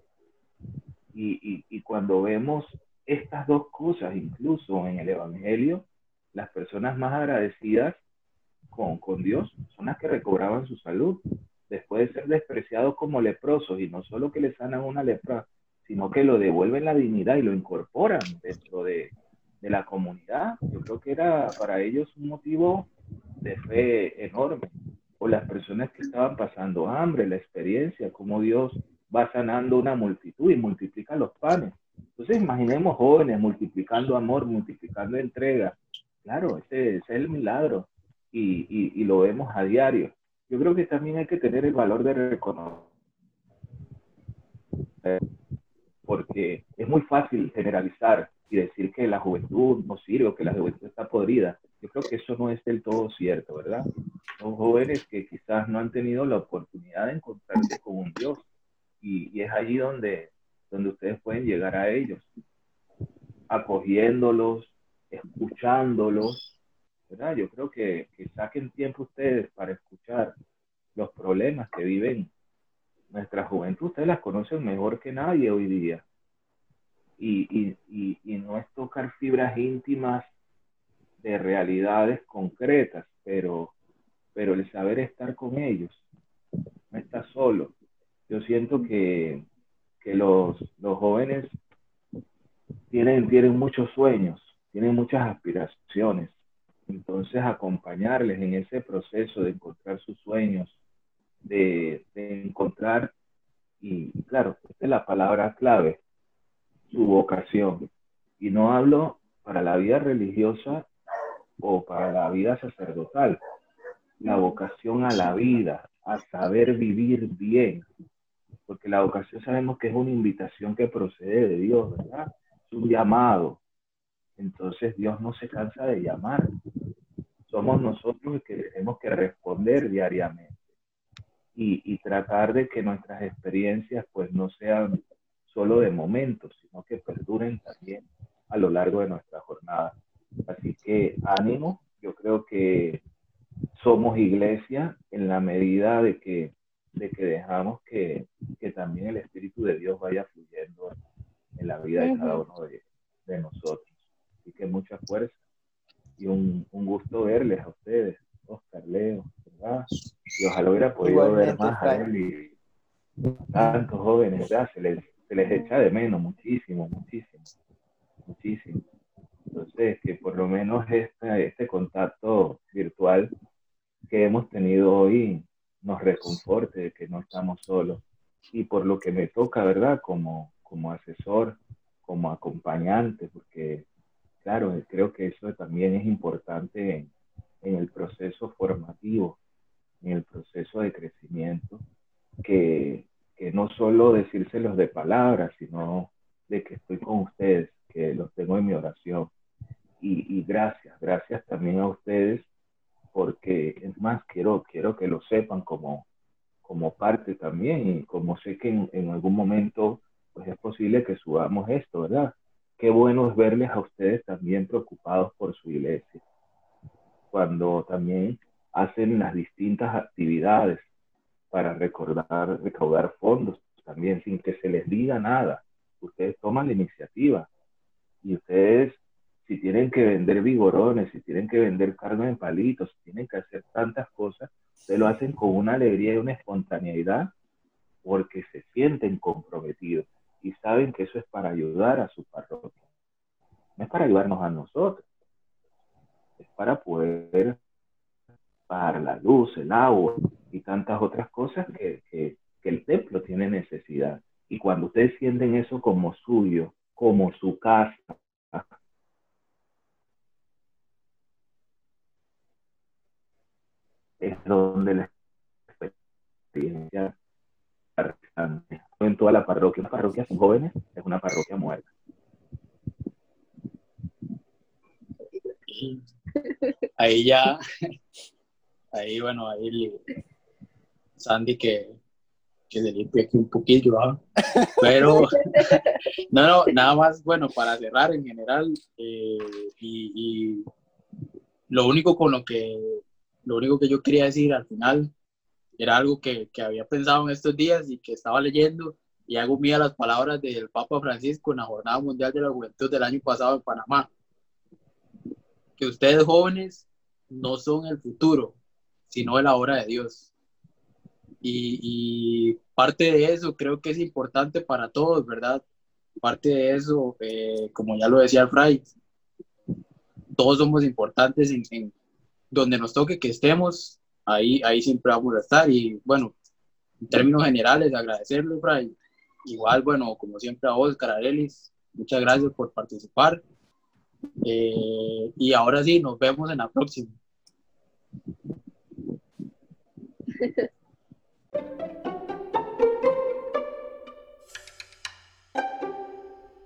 [SPEAKER 3] Y, y, y cuando vemos estas dos cosas, incluso en el Evangelio, las personas más agradecidas con, con Dios son las que recobraban su salud, después de ser despreciados como leprosos, y no solo que le sanan una lepra, sino que lo devuelven la dignidad y lo incorporan dentro de, de la comunidad. Yo creo que era para ellos un motivo de fe enorme. O las personas que estaban pasando hambre, la experiencia, cómo Dios va sanando una multitud y multiplica los panes. Entonces imaginemos jóvenes multiplicando amor, multiplicando entrega. Claro, ese, ese es el milagro y, y, y lo vemos a diario. Yo creo que también hay que tener el valor de reconocer, porque es muy fácil generalizar y decir que la juventud no sirve o que la juventud está podrida. Yo creo que eso no es del todo cierto, ¿verdad? Son jóvenes que quizás no han tenido la oportunidad de encontrarse con un Dios y, y es allí donde, donde ustedes pueden llegar a ellos, acogiéndolos, escuchándolos, ¿verdad? Yo creo que, que saquen tiempo ustedes para escuchar los problemas que viven nuestra juventud. Ustedes las conocen mejor que nadie hoy día. Y, y, y, y no es tocar fibras íntimas de realidades concretas, pero, pero el saber estar con ellos, no estar solo. Yo siento que, que los, los jóvenes tienen, tienen muchos sueños, tienen muchas aspiraciones. Entonces, acompañarles en ese proceso de encontrar sus sueños, de, de encontrar, y claro, esta es la palabra clave, su vocación. Y no hablo para la vida religiosa o para la vida sacerdotal, la vocación a la vida, a saber vivir bien, porque la vocación sabemos que es una invitación que procede de Dios, ¿verdad? Es un llamado. Entonces Dios no se cansa de llamar. Somos nosotros los que tenemos que responder diariamente y, y tratar de que nuestras experiencias pues no sean solo de momentos, sino que perduren también a lo largo de nuestra jornada. Así que ánimo, yo creo que somos iglesia en la medida de que, de que dejamos que, que también el Espíritu de Dios vaya fluyendo en la vida de cada uno de, de nosotros. Así que mucha fuerza y un, un gusto verles a ustedes, Oscar, Leo, ¿verdad? Y ojalá hubiera podido
[SPEAKER 2] Igualmente,
[SPEAKER 3] ver más a
[SPEAKER 2] Fray.
[SPEAKER 3] él y tantos jóvenes, ¿verdad? Se les, se les echa de menos muchísimo, muchísimo, muchísimo. Entonces, que por lo menos este, este contacto virtual que hemos tenido hoy nos reconforte de que no estamos solos. Y por lo que me toca, ¿verdad? Como, como asesor, como acompañante, porque, claro, creo que eso también es importante en, en el proceso formativo, en el proceso de crecimiento, que, que no solo decírselos de palabras, sino de que estoy con ustedes, que los tengo en mi oración. Y, y gracias, gracias también a ustedes, porque es más, quiero, quiero que lo sepan como, como parte también, y como sé que en, en algún momento pues es posible que subamos esto, ¿verdad? Qué bueno es verles a ustedes también preocupados por su iglesia, cuando también hacen las distintas actividades para recordar, recaudar fondos, también sin que se les diga nada. Ustedes toman la iniciativa y ustedes, si tienen que vender vigorones, si tienen que vender carne en palitos, si tienen que hacer tantas cosas, ustedes lo hacen con una alegría y una espontaneidad porque se sienten comprometidos y saben que eso es para ayudar a su parroquia. No es para ayudarnos a nosotros, es para poder pagar la luz, el agua y tantas otras cosas que, que, que el templo tiene necesidad. Y cuando ustedes sienten eso como suyo, como su casa, es donde la experiencia en toda la parroquia. Una parroquia sin jóvenes es una parroquia muerta.
[SPEAKER 1] Y ahí ya, ahí bueno, ahí Sandy que, que se limpie aquí un poquillo, ¿ah? Pero no, no, nada más, bueno, para cerrar en general, eh, y, y lo único con lo que, lo único que yo quería decir al final era algo que, que había pensado en estos días y que estaba leyendo y hago mía las palabras del Papa Francisco en la Jornada Mundial de la Juventud del año pasado en Panamá, que ustedes jóvenes no son el futuro, sino la obra de Dios. Y, y parte de eso creo que es importante para todos, ¿verdad? Parte de eso, eh, como ya lo decía el Fray, todos somos importantes en, en donde nos toque que estemos, ahí, ahí siempre vamos a estar. Y bueno, en términos generales, agradecerle, Fray. Igual, bueno, como siempre a vos, Cararelis, muchas gracias por participar. Eh, y ahora sí, nos vemos en la próxima.